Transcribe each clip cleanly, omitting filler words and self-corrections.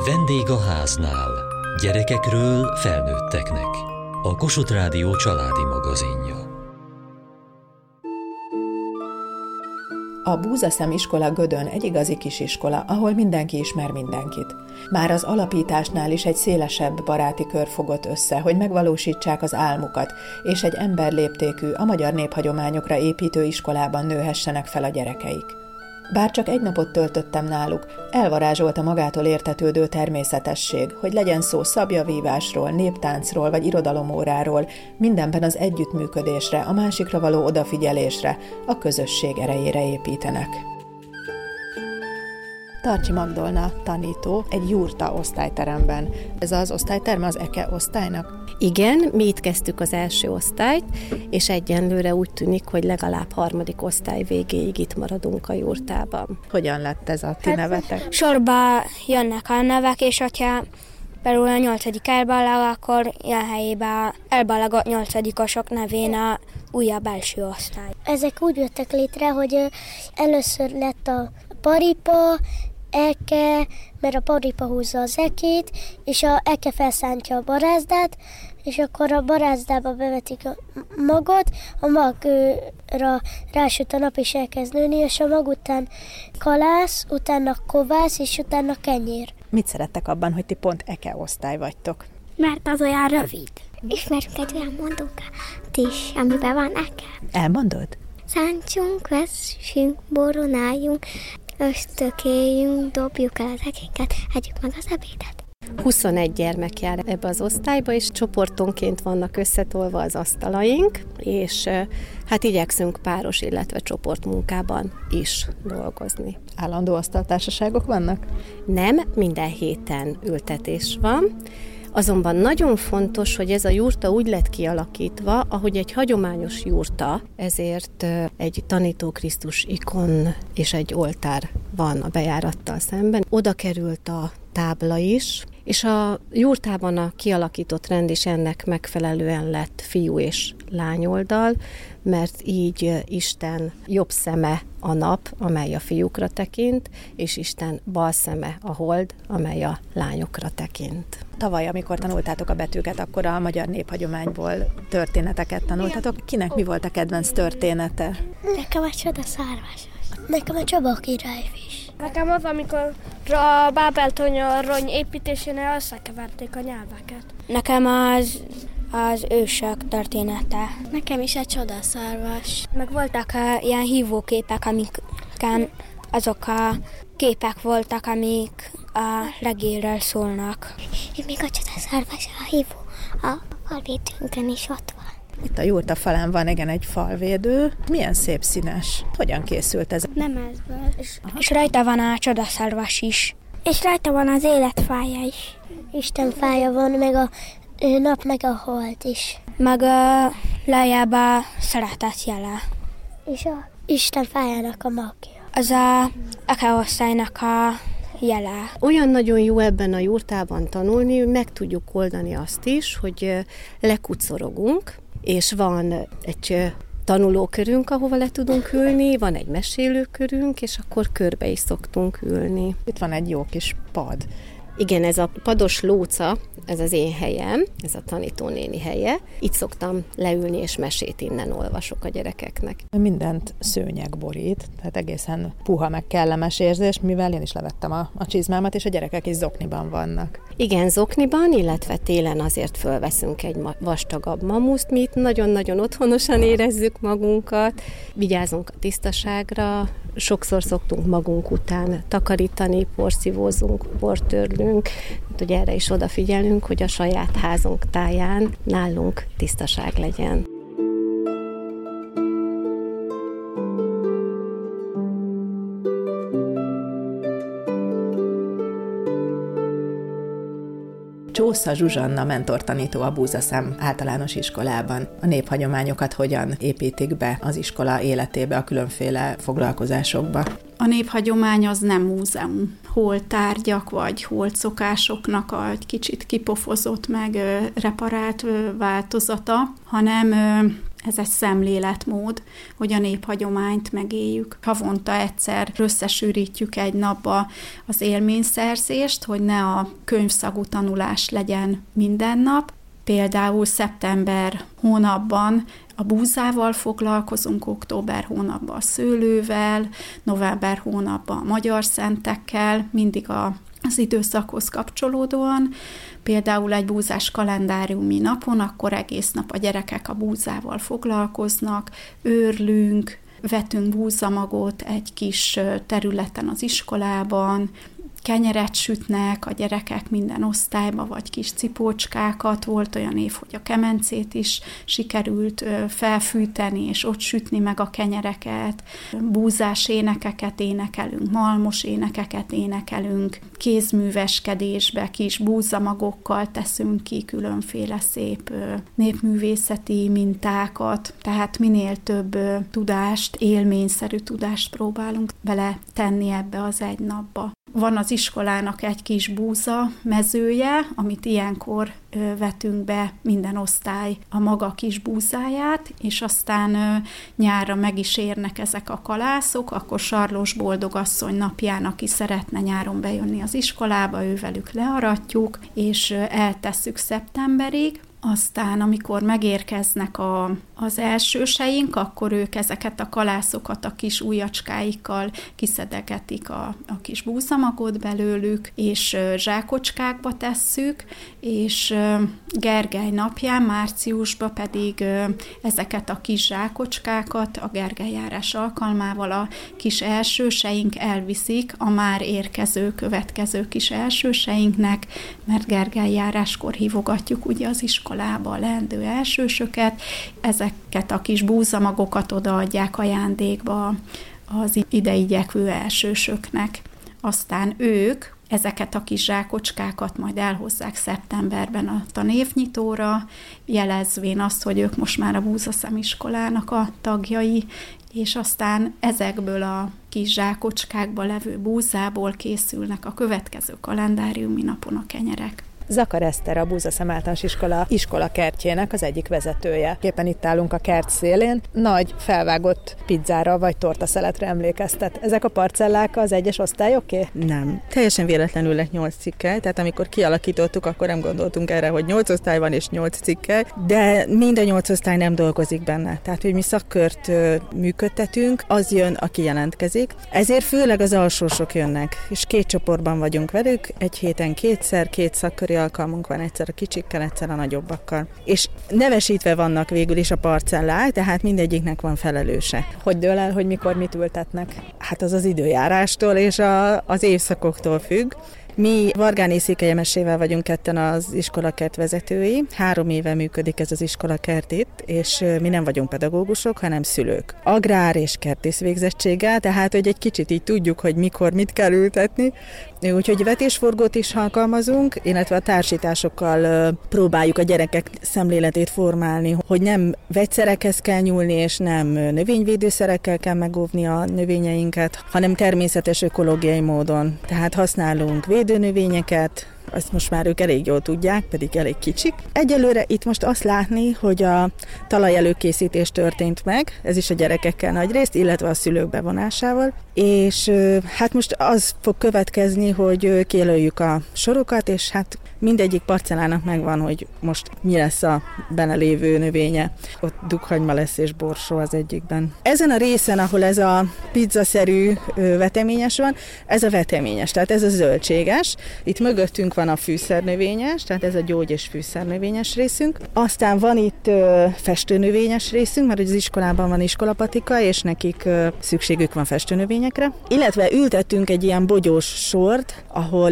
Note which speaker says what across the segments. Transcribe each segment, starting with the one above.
Speaker 1: Vendég a háznál. Gyerekekről felnőtteknek. A Kossuth Rádió családi magazinja.
Speaker 2: A Búzaszem iskola Gödön egy igazi kisiskola, ahol mindenki ismer mindenkit. Már az alapításnál is egy szélesebb baráti kör fogott össze, hogy megvalósítsák az álmukat, és egy emberléptékű, a magyar néphagyományokra építő iskolában nőhessenek fel a gyerekeik. Bár csak egy napot töltöttem náluk, elvarázsolt a magától értetődő természetesség, hogy legyen szó szabjavívásról, néptáncról vagy irodalomóráról, mindenben az együttműködésre, a másikra való odafigyelésre, a közösség erejére építenek. Tarcsi Magdolna tanító egy jurta osztályteremben. Ez az osztályterm az EKE osztálynak?
Speaker 3: Igen, mi itt kezdtük az első osztályt, és egyenlőre úgy tűnik, hogy legalább harmadik osztály végéig itt maradunk a jurtában.
Speaker 2: Hogyan lett ez a ti nevetek?
Speaker 4: Sorba jönnek a nevek, és hogyha belül a 8. elballag, akkor jön helyébe a elballagott 8-osok nevén a újabb első osztály.
Speaker 5: Ezek úgy jöttek létre, hogy először lett a paripa, eke, mert a paripa húzza az ekét, és a eke felszántja a barázdát, és akkor a barázdába bevetik a magot, a magra rásüt a nap, és elkezd nőni, és a mag után kalász, utána kovász, és utána kenyér.
Speaker 2: Mit szerettek abban, hogy ti pont eke osztály vagytok?
Speaker 5: Mert az olyan rövid. Ismerünk egy olyan mondókat is, amiben van eke.
Speaker 2: Elmondod?
Speaker 5: Szántsunk, vessünk, boronáljunk, ösztökéljünk, dobjuk el az ekéket, együk meg az ebédet.
Speaker 3: 21 gyermek jár ebbe az osztályba, és csoportonként vannak összetolva az asztalaink, és hát igyekszünk páros, illetve csoportmunkában is dolgozni.
Speaker 2: Állandó asztaltársaságok vannak?
Speaker 3: Nem, minden héten ültetés van. Azonban nagyon fontos, hogy ez a jurta úgy lett kialakítva, ahogy egy hagyományos jurta, ezért egy tanító Krisztus ikon és egy oltár van a bejárattal szemben. Oda került a tábla is, és a jurtában a kialakított rend is ennek megfelelően lett fiú és lányoldal, mert így Isten jobb szeme a nap, amely a fiúkra tekint, és Isten bal szeme a hold, amely a lányokra tekint.
Speaker 2: Tavaly, amikor tanultátok a betűket, akkor a magyar néphagyományból történeteket tanultatok. Kinek mi volt a kedvenc története?
Speaker 5: Nekem a csodaszárvás. Nekem a Csaba király is.
Speaker 4: Nekem az, amikor a Bábel-torony építésénél összekeverték a nyelveket. Nekem az ősök története.
Speaker 5: Nekem is egy csodaszárvás.
Speaker 4: Meg voltak ilyen hívóképek, amiken azok a képek voltak, amik a regényről szólnak.
Speaker 5: És még a csodaszárvás a hívó a falvédőnkön is ott van.
Speaker 2: Itt a jurta falán van egy falvédő. Milyen szép színes. Hogyan készült ez?
Speaker 5: Nemezből.
Speaker 4: És rajta van a csodaszarvas is.
Speaker 5: És rajta van az életfája is. Isten fája van, meg a nap, meg a hold is.
Speaker 4: Meg lejjebb a szeretet jele.
Speaker 5: És a Isten fájának a magja.
Speaker 4: Az a ekeosztálynak a jele.
Speaker 3: Olyan nagyon jó ebben a jurtában tanulni, hogy meg tudjuk oldani azt is, hogy lekucorogunk, és van egy tanulókörünk, ahova le tudunk ülni, van egy mesélőkörünk, és akkor körbe is szoktunk ülni.
Speaker 2: Itt van egy jó kis pad.
Speaker 3: Igen, ez a pados lóca, ez az én helyem, ez a tanítónéni helye. Itt szoktam leülni, és mesét innen olvasok a gyerekeknek.
Speaker 2: Mindent szőnyeg borít, tehát egészen puha meg kellemes érzés, mivel én is levettem a csizmámat, és a gyerekek is zokniban vannak.
Speaker 3: Igen, zokniban, illetve télen azért fölveszünk egy vastagabb mamuszt, mi itt nagyon-nagyon otthonosan érezzük magunkat, vigyázunk a tisztaságra, sokszor szoktunk magunk után takarítani, porszívózunk, portörlünk, hogy erre is odafigyelünk, hogy a saját házunk táján nálunk tisztaság legyen.
Speaker 2: Csósza Zsuzsanna mentortanító a Búzaszem általános iskolában. A néphagyományokat hogyan építik be az iskola életébe, a különféle foglalkozásokba?
Speaker 6: A néphagyomány az nem múzeum. Hol tárgyak vagy holt szokásoknak egy kicsit kipofozott meg reparált változata, hanem ez egy szemléletmód, hogy a néphagyományt megéljük. Havonta egyszer összesűrítjük egy napba az élményszerzést, hogy ne a könyvszagú tanulás legyen minden nap. Például szeptember hónapban a búzával foglalkozunk, október hónapban a szőlővel, november hónapban a magyar szentekkel, mindig az időszakhoz kapcsolódóan. Például egy búzás kalendáriumi napon, akkor egész nap a gyerekek a búzával foglalkoznak, őrlünk, vetünk búzamagot egy kis területen az iskolában, kenyeret sütnek a gyerekek minden osztályba, vagy kis cipócskákat. Volt olyan év, hogy a kemencét is sikerült felfűteni, és ott sütni meg a kenyereket. Búzás énekeket énekelünk, malmos énekeket énekelünk, kézműveskedésbe kis búzamagokkal teszünk ki különféle szép népművészeti mintákat, tehát minél több tudást, élményszerű tudást próbálunk bele tenni ebbe az egy napba. Van az iskolának egy kis búza mezője, amit ilyenkor vetünk be minden osztály a maga kis búzáját, és aztán nyárra meg is érnek ezek a kalászok, akkor Sarlós Boldogasszony napján, aki szeretne nyáron bejönni az iskolába, ővelük learatjuk, és eltesszük szeptemberig. Aztán, amikor megérkeznek az elsőseink, akkor ők ezeket a kalászokat a kis ujjacskáikkal kiszedegetik a kis búzamagot belőlük, és zsákocskákba tesszük, és Gergely napján, márciusban pedig ezeket a kis zsákocskákat a Gergelyjárás alkalmával a kis elsőseink elviszik a már érkező, következő kis elsőseinknek, mert Gergelyjáráskor hívogatjuk ugye az iskolába a leendő elsősöket, ezeket a kis búzamagokat odaadják ajándékba az ide igyekvő elsősöknek. Aztán ők ezeket a kis zsákocskákat majd elhozzák szeptemberben a tanévnyitóra, jelezvén azt, hogy ők most már a Búzaszemiskolának a tagjai, és aztán ezekből a kis zsákocskákba levő búzából készülnek a következő kalendáriumi napon a kenyerek.
Speaker 2: Zakar Eszter, a Búzaszem Általános Iskola kertjének az egyik vezetője. Éppen itt állunk a kert szélén. Nagy felvágott pizzára vagy tortaszeletre emlékeztet. Ezek a parcellák az egyes osztályoké?
Speaker 7: Nem. Teljesen véletlenül lett 8 cikkely, tehát amikor kialakítottuk, akkor nem gondoltunk erre, hogy 8 osztály van és 8 cikkely, de mind a 8 osztály nem dolgozik benne. Tehát, hogy mi szakkört működtetünk, az jön, aki jelentkezik. Ezért főleg az alsósok jönnek, és 2 csoportban vagyunk velük, egy héten 2-szer, 2 szakköri alkalmunk van, egyszer a kicsikkel, egyszer a nagyobbakkal. És nevesítve vannak végül is a parcellák, tehát mindegyiknek van felelőse.
Speaker 2: Hogy dől el, hogy mikor mit ültetnek?
Speaker 7: Hát az időjárástól és az évszakoktól függ. Mi Vargáné Székelyemesével vagyunk ketten az iskolakert vezetői. 3 éve működik ez az iskolakert itt, és mi nem vagyunk pedagógusok, hanem szülők. Agrár és kertész végzettséggel, tehát hogy egy kicsit így tudjuk, hogy mikor mit kell ültetni. Úgyhogy vetésforgót is alkalmazunk, illetve a társításokkal próbáljuk a gyerekek szemléletét formálni, hogy nem vegyszerekhez kell nyúlni, és nem növényvédőszerekkel kell megóvni a növényeinket, hanem természetes ökológiai módon. Tehát használunk védőnövényeket, azt most már ők elég jól tudják, pedig elég kicsik. Egyelőre itt most azt látni, hogy a talajelőkészítés történt meg, ez is a gyerekekkel nagyrészt, illetve a szülők bevonásával, és hát most az fog következni, hogy kijelöljük a sorokat, és hát mindegyik parcellának megvan, hogy most mi lesz a benne lévő növénye. Ott dukhagyma lesz és borsó az egyikben. Ezen a részen, ahol ez a pizzaszerű veteményes van, ez a veteményes, tehát ez a zöldséges. Itt mögöttünk van a fűszernövényes, tehát ez a gyógy- és fűszernövényes részünk. Aztán van itt festőnövényes részünk, mert az iskolában van iskolapatika, és nekik szükségük van festőnövényekre. Illetve ültettünk egy ilyen bogyós sort, ahol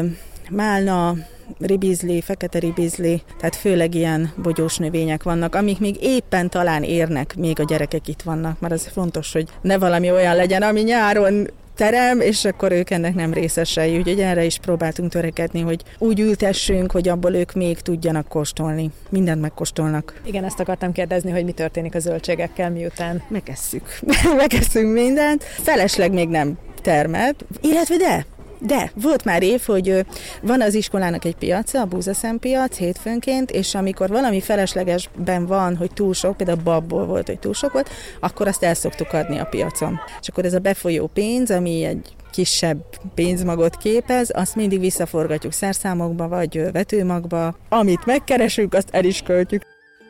Speaker 7: málna, ribizli, fekete ribizli, tehát főleg ilyen bogyós növények vannak, amik még éppen talán érnek, még a gyerekek itt vannak, mert az fontos, hogy ne valami olyan legyen, ami nyáron terem, és akkor ők ennek nem részesei. Úgyhogy erre is próbáltunk törekedni, hogy úgy ültessünk, hogy abból ők még tudjanak kóstolni. Mindent megkóstolnak.
Speaker 2: Igen, ezt akartam kérdezni, hogy mi történik a zöldségekkel, miután
Speaker 7: megesszük. Megesszünk mindent. Felesleg még nem termelt, illetve De volt már év, hogy van az iskolának egy piaca, a búzaszempiac hétfőnként, és amikor valami feleslegesben van, hogy túl sok, például babból volt, hogy túl sok volt, akkor azt el szoktuk adni a piacon. És akkor ez a befolyó pénz, ami egy kisebb pénzmagot képez, azt mindig visszaforgatjuk szerszámokba vagy vetőmagba. Amit megkeresünk, azt el is költjük.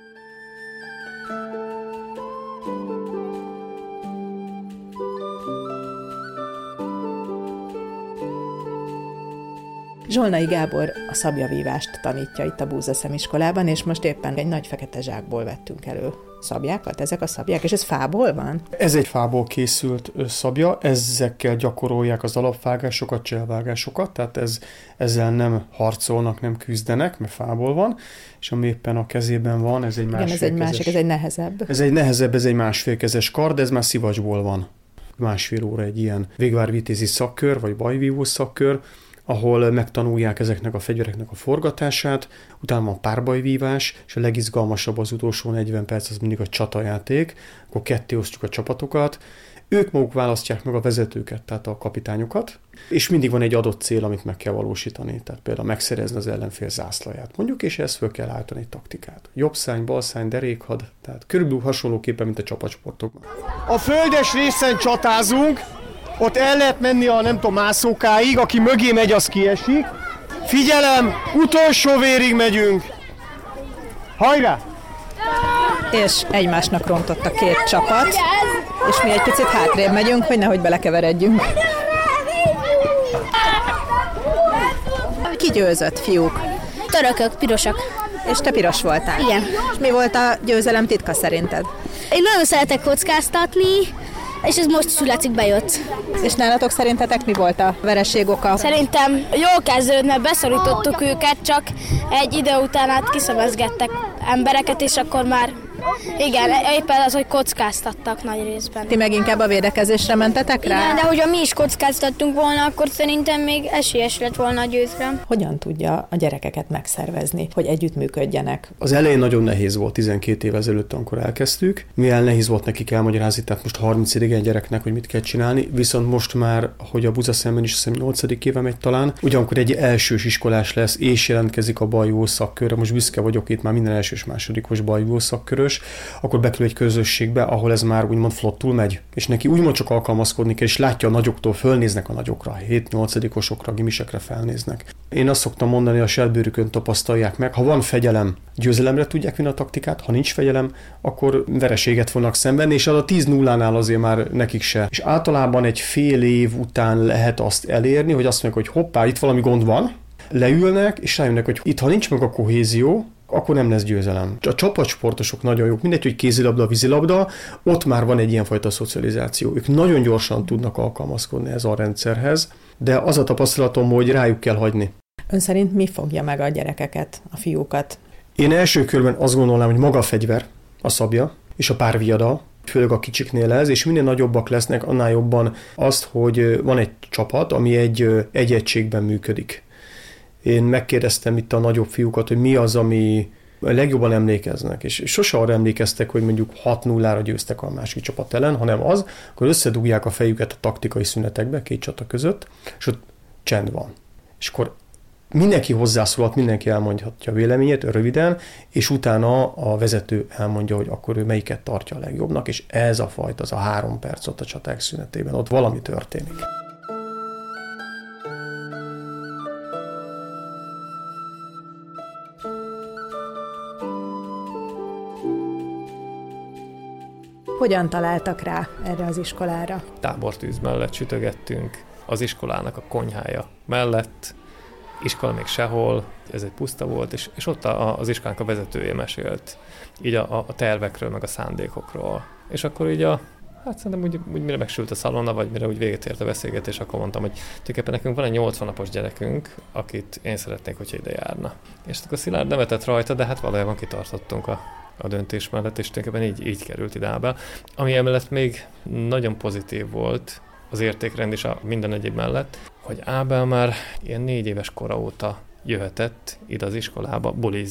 Speaker 2: Zsolnai Gábor a szabjavívást tanítja itt a Búzaszem iskolában, és most éppen egy nagy fekete zsákból vettünk elő szabjákat. Ezek a szabják, és ez fából van?
Speaker 8: Ez egy fából készült szabja, ezekkel gyakorolják az alapvágásokat, cselvágásokat, tehát ezzel nem harcolnak, nem küzdenek, mert fából van, és ami éppen a kezében van, ez egy
Speaker 2: ez egy nehezebb.
Speaker 8: Ez egy nehezebb, ez egy másfélkezes kard, de ez már szivacsból van. Másfél óra egy ilyen végvárvitézi szakkör, vagy bajvívó szakkör, ahol megtanulják ezeknek a fegyvereknek a forgatását, utána van párbajvívás, és a legizgalmasabb az utolsó 40 perc, az mindig a csatajáték, akkor ketté osztjuk a csapatokat, ők maguk választják meg a vezetőket, tehát a kapitányokat, és mindig van egy adott cél, amit meg kell valósítani, tehát például megszerezni az ellenfél zászlaját, mondjuk, és ezt föl kell állítani egy taktikát. Jobb szány, bal szány, derékhad, tehát körülbelül hasonlóképpen, mint a csapatsportokban. A földes részen csatázunk, ott el lehet menni a mászókáig, aki mögé megy, az kiesik. Figyelem, utolsó vérig megyünk. Hajrá!
Speaker 2: És egymásnak rontott a két csapat, és mi egy picit hátrébb megyünk, hogy nehogy belekeveredjünk. Ki győzött, fiúk?
Speaker 4: Törökök, pirosak.
Speaker 2: És te piros voltál?
Speaker 4: Igen.
Speaker 2: És mi volt a győzelem titka szerinted?
Speaker 4: Én nagyon szeretek kockáztatni, és ez most születik bejött.
Speaker 2: És nálatok szerintetek mi volt a vereség oka?
Speaker 4: Szerintem jól kezdődött, mert beszorítottuk őket, csak egy idő után át kiszövezgettek embereket, és akkor már igen, éppen az, hogy kockáztattak nagy részben.
Speaker 2: Ti meg inkább a védekezésre mentetek rá?
Speaker 4: Igen, de hogyha mi is kockáztattunk volna, akkor szerintem még esélyes lett volna a győzelem.
Speaker 2: Hogyan tudja a gyerekeket megszervezni, hogy együttműködjenek?
Speaker 8: Az elején nagyon nehéz volt, 12 év ezelőtt, amikor elkezdtük. Mivel nehéz volt nekik elmagyarázni, tehát most 30 idegen gyereknek, hogy mit kell csinálni, viszont most már, hogy a Búzaszemben is 8. éve megy talán, ugyanakkor egy elsős iskolás lesz, és jelentkezik a bajvívó szakkörre. Most büszke vagyok, itt már minden elsős másodikos bajvívó szakkörös, akkor bekerül egy közösségbe, ahol ez már úgymond flottul megy, és neki úgymond csak alkalmazkodni kell, és látja a nagyoktól, fölnéznek a nagyokra, 7-8-osokra, gimisekre felnéznek. Én azt szoktam mondani, a saját bőrükön tapasztalják meg, ha van fegyelem, győzelemre tudják vinni a taktikát, ha nincs fegyelem, akkor vereséget fognak szenvedni, és az a 10-0-nál azért már nekik se. És általában egy fél év után lehet azt elérni, hogy azt mondják, hogy hoppá, itt valami gond van, leülnek, és rájönnek, hogy itt, ha nincs meg a kohézió, akkor nem lesz győzelem. A csapatsportosok nagyon jók, mindegy, hogy kézilabda, vízilabda, ott már van egy ilyenfajta szocializáció. Ők nagyon gyorsan tudnak alkalmazkodni ez a rendszerhez, de az a tapasztalatom, hogy rájuk kell hagyni.
Speaker 2: Ön szerint mi fogja meg a gyerekeket, a fiúkat?
Speaker 8: Én első körben azt gondolnám, hogy maga a fegyver, a szabja és a párviada, főleg a kicsiknél ez, és minél nagyobbak lesznek, annál jobban azt, hogy van egy csapat, ami egy egységben működik. Én megkérdeztem itt a nagyobb fiúkat, hogy mi az, ami legjobban emlékeznek, és sose arra emlékeztek, hogy mondjuk 6-0-ra győztek a másik csapat ellen, hanem az, akkor összedugják a fejüket a taktikai szünetekbe, két csata között, és ott csend van. És akkor mindenki hozzászólhat, mindenki elmondhatja a véleményét röviden, és utána a vezető elmondja, hogy akkor ő melyiket tartja a legjobbnak, és ez a fajta, az a 3 perc ott a csaták szünetében, ott valami történik.
Speaker 2: Hogyan találtak rá erre az iskolára?
Speaker 9: Tábortűz mellett sütögettünk, az iskolának a konyhája mellett, iskola még sehol, ez egy puszta volt, és ott az iskolának a vezetője mesélt így a tervekről, meg a szándékokról. És akkor így szerintem úgy mire megsült a szalonna, vagy mire úgy véget ért a beszélgetés, akkor mondtam, hogy tulajdonképpen nekünk van egy 80 napos gyerekünk, akit én szeretnék, hogyha ide járna. És akkor Szilárd nevetett rajta, de hát valójában kitartottunk a döntés mellett, és tulajdonképpen így került ide Ábel. Ami emellett még nagyon pozitív volt az értékrend is a minden egyéb mellett, hogy Ábel már ilyen 4 éves kora óta jöhetett ide az iskolába bulizni,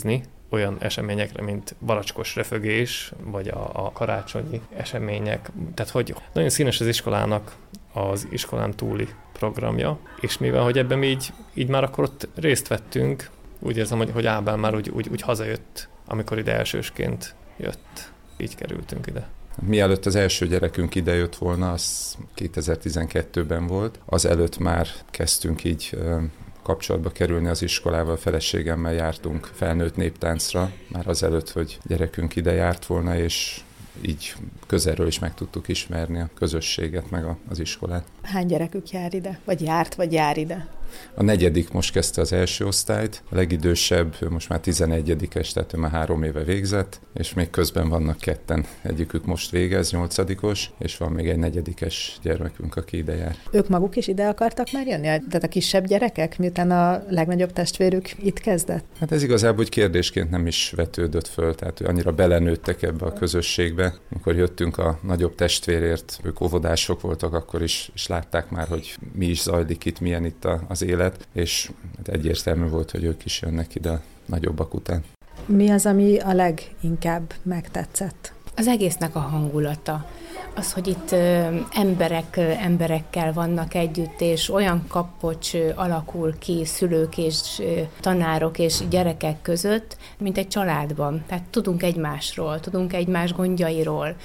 Speaker 9: olyan eseményekre, mint baracskos röfögés, vagy a karácsonyi események. Tehát, hogy nagyon színes az iskolának az iskolán túli programja, és mivel, hogy ebben mi így már akkor ott részt vettünk, úgy érzem, hogy Ábel már úgy hazajött, amikor ide elsősként jött. Így kerültünk ide.
Speaker 10: Mielőtt az első gyerekünk idejött volna, az 2012-ben volt. Azelőtt már kezdtünk így kapcsolatba kerülni az iskolával, a feleségemmel jártunk felnőtt néptáncra, már azelőtt, hogy gyerekünk ide járt volna, és így közelről is meg tudtuk ismerni a közösséget, meg az iskolát.
Speaker 2: Hány gyerekük jár ide? Vagy járt, vagy jár ide?
Speaker 10: A 4. most kezdte az első osztályt, a legidősebb, ő most már 11-es, tehát ő már 3 éve végzett, és még közben vannak ketten. Egyikük most végez, 8-os, és van még egy 4-es gyermekünk, aki ide jár.
Speaker 2: Ők maguk is ide akartak már jönni? Tehát a kisebb gyerekek, miután a legnagyobb testvérük itt kezdett?
Speaker 10: Hát ez igazából hogy kérdésként nem is vetődött föl, tehát annyira belenőttek ebbe a közösségbe. Amikor jöttünk a nagyobb testvérért, ők óvodások voltak, akkor is látták már, hogy mi is zajlik itt, milyen itt az élet, és egyértelmű volt, hogy ők is jönnek ide a nagyobbak után.
Speaker 2: Mi az, ami a leginkább megtetszett?
Speaker 11: Az egésznek a hangulata. Az, hogy itt emberekkel vannak együtt, és olyan kapocs alakul ki szülők és tanárok és gyerekek között, mint egy családban. Tehát tudunk egymásról, tudunk egymás gondjairól,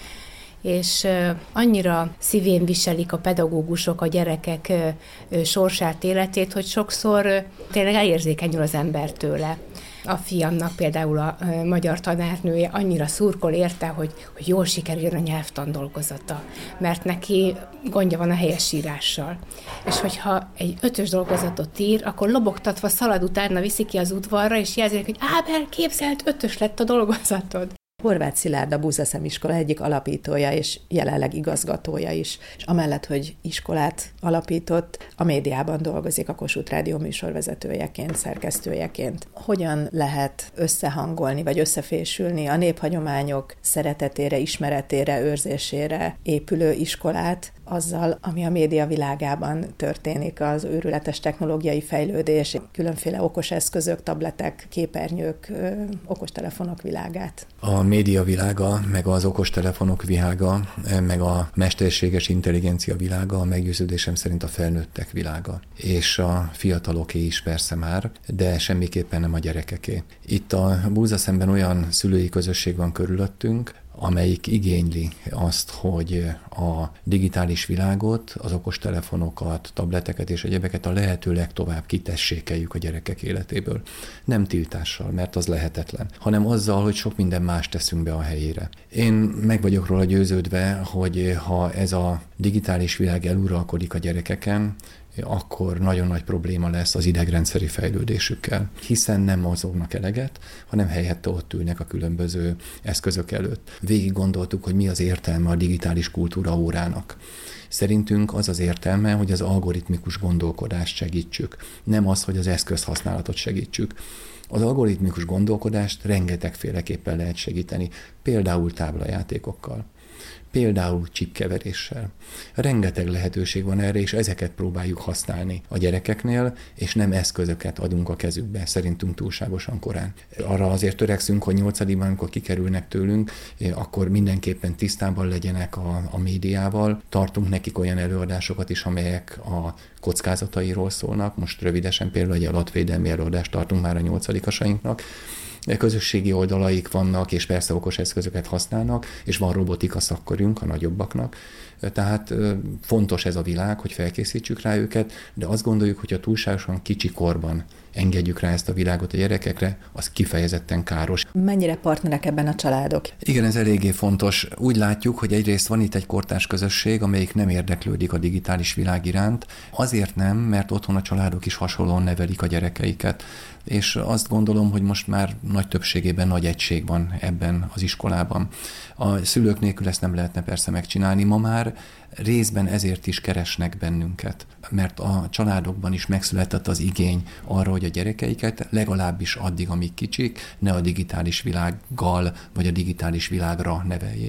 Speaker 11: és annyira szívén viselik a pedagógusok a gyerekek sorsát, életét, hogy sokszor tényleg elérzékenyül az ember tőle. A fiamnak például a magyar tanárnője annyira szurkol érte, hogy jól sikerüljön a nyelvtan dolgozata, mert neki gondja van a helyesírással. És hogyha egy 5-ös dolgozatot ír, akkor lobogtatva szalad utána, viszi ki az udvarra, és jelzik, hogy Ábel, képzeld, 5-ös lett a dolgozatod.
Speaker 2: Horváth Szilárd a Búzaszem iskola egyik alapítója és jelenleg igazgatója is. És amellett, hogy iskolát alapított, a médiában dolgozik a Kossuth Rádió műsorvezetőjeként, szerkesztőjeként. Hogyan lehet összehangolni, vagy összefésülni a néphagyományok szeretetére, ismeretére, őrzésére épülő iskolát azzal, ami a média világában történik, az őrületes technológiai fejlődés, különféle okos eszközök, tabletek, képernyők, okostelefonok világát?
Speaker 12: A média világa, meg az okostelefonok világa, meg a mesterséges intelligencia világa a meggyőződésem szerint a felnőttek világa. És a fiataloké is persze már, de semmiképpen nem a gyerekeké. Itt a Búzaszemben olyan szülői közösség van körülöttünk, amelyik igényli azt, hogy a digitális világot, az okostelefonokat, tableteket és egyebeket a lehető legtovább kitessékeljük a gyerekek életéből. Nem tiltással, mert az lehetetlen, hanem azzal, hogy sok minden más teszünk be a helyére. Én meg vagyok róla győződve, hogy ha ez a digitális világ eluralkodik a gyerekeken, akkor nagyon nagy probléma lesz az idegrendszeri fejlődésükkel, hiszen nem mozognak eleget, hanem helyette ott ülnek a különböző eszközök előtt. Végig gondoltuk, hogy mi az értelme a digitális kultúra órának. Szerintünk az az értelme, hogy az algoritmikus gondolkodást segítsük, nem az, hogy az eszközhasználatot segítsük. Az algoritmikus gondolkodást rengetegféleképpen lehet segíteni, például táblajátékokkal. Például csipkeveréssel. Rengeteg lehetőség van erre, és ezeket próbáljuk használni a gyerekeknél, és nem eszközöket adunk a kezükbe, szerintünk túlságosan korán. Arra azért törekszünk, hogy 8-ban, amikor kikerülnek tőlünk, akkor mindenképpen tisztában legyenek a médiával. Tartunk nekik olyan előadásokat is, amelyek a kockázatairól szólnak. Most rövidesen például egy adatvédelmi előadást tartunk már a 8-asainknak. Közösségi oldalaik vannak, és persze okos eszközöket használnak, és van robotika szakkörünk a nagyobbaknak. Tehát fontos ez a világ, hogy felkészítsük rá őket, de azt gondoljuk, hogy a túlságosan kicsi korban engedjük rá ezt a világot a gyerekekre, az kifejezetten káros.
Speaker 2: Mennyire partnerek ebben a családok?
Speaker 12: Igen, ez eléggé fontos. Úgy látjuk, hogy egyrészt van itt egy kortárs közösség, amelyik nem érdeklődik a digitális világ iránt. Azért nem, mert otthon a családok is hasonlóan nevelik a gyerekeiket. És azt gondolom, hogy most már nagy többségében nagy egység van ebben az iskolában. A szülők nélkül ezt nem lehetne persze megcsinálni. Ma már részben ezért is keresnek bennünket, mert a családokban is megszületett az igény arra, hogy a gyerekeiket legalábbis addig, amíg kicsik, ne a digitális világgal vagy a digitális világra neveljék.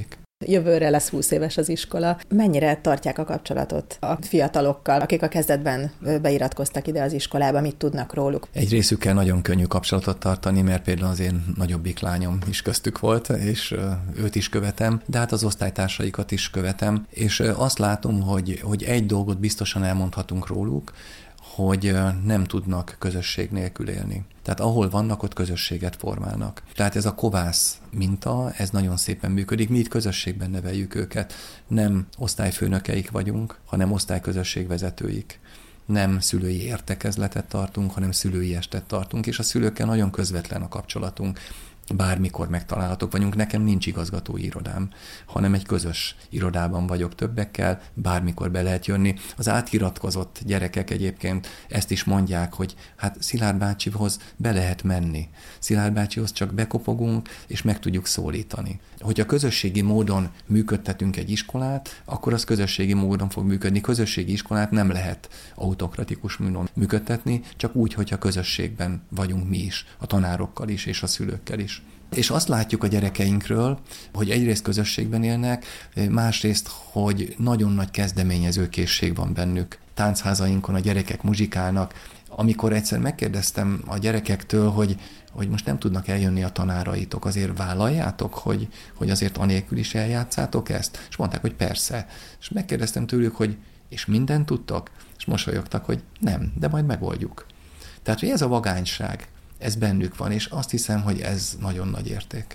Speaker 2: Jövőre lesz 20 éves az iskola. Mennyire tartják a kapcsolatot a fiatalokkal, akik a kezdetben beiratkoztak ide az iskolába, mit tudnak róluk?
Speaker 12: Egy részükkel nagyon könnyű kapcsolatot tartani, mert például az én nagyobbik lányom is köztük volt, és őt is követem, de hát az osztálytársaikat is követem, és azt látom, hogy egy dolgot biztosan elmondhatunk róluk, hogy nem tudnak közösség nélkül élni. Tehát ahol vannak, ott közösséget formálnak. Tehát ez a kovász minta, ez nagyon szépen működik. Mi itt közösségben neveljük őket. Nem osztályfőnökeik vagyunk, hanem osztályközösségvezetőik. Nem szülői értekezletet tartunk, hanem szülői estet tartunk, és a szülőkkel nagyon közvetlen a kapcsolatunk. Bármikor megtalálhatók vagyunk. Nekem nincs igazgatói irodám, hanem egy közös irodában vagyok többekkel, bármikor be lehet jönni. Az átiratkozott gyerekek egyébként ezt is mondják, hogy hát Szilárd bácsihoz be lehet menni. Szilárd bácsihoz csak bekopogunk, és meg tudjuk szólítani. Hogyha közösségi módon működtetünk egy iskolát, akkor az közösségi módon fog működni. Közösségi iskolát nem lehet autokratikus módon működtetni, csak úgy, hogyha közösségben vagyunk mi is, a tanárokkal is, és a szülőkkel is. És azt látjuk a gyerekeinkről, hogy egyrészt közösségben élnek, másrészt, hogy nagyon nagy kezdeményezőkészség van bennük. Táncházainkon a gyerekek muzsikálnak. Amikor egyszer megkérdeztem a gyerekektől, hogy most nem tudnak eljönni a tanáraitok, azért vállaljátok, hogy azért anélkül is eljátszátok ezt? És mondták, hogy persze. És megkérdeztem tőlük, hogy és mindent tudtok? És mosolyogtak, hogy nem, de majd megoldjuk. Tehát, hogy ez a vagányság, ez bennük van, és azt hiszem, hogy ez nagyon nagy érték.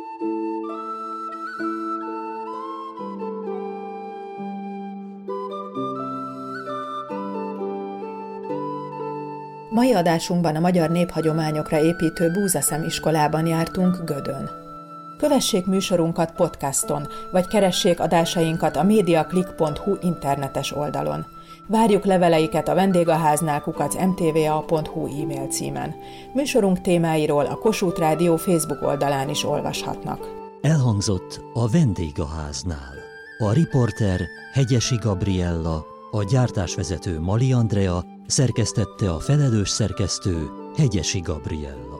Speaker 2: Mai adásunkban a magyar néphagyományokra építő Búzaszem iskolában jártunk Gödön. Kövessék műsorunkat podcaston, vagy keressék adásainkat a mediaclick.hu internetes oldalon. Várjuk leveleiket a vendégháznál @mtva.hu e-mail címen. Műsorunk témáiról a Kossuth Rádió Facebook oldalán is olvashatnak.
Speaker 1: Elhangzott a vendégháznál. A riporter Hegyesi Gabriella, a gyártásvezető Mali Andrea, szerkesztette a felelős szerkesztő Hegyesi Gabriella.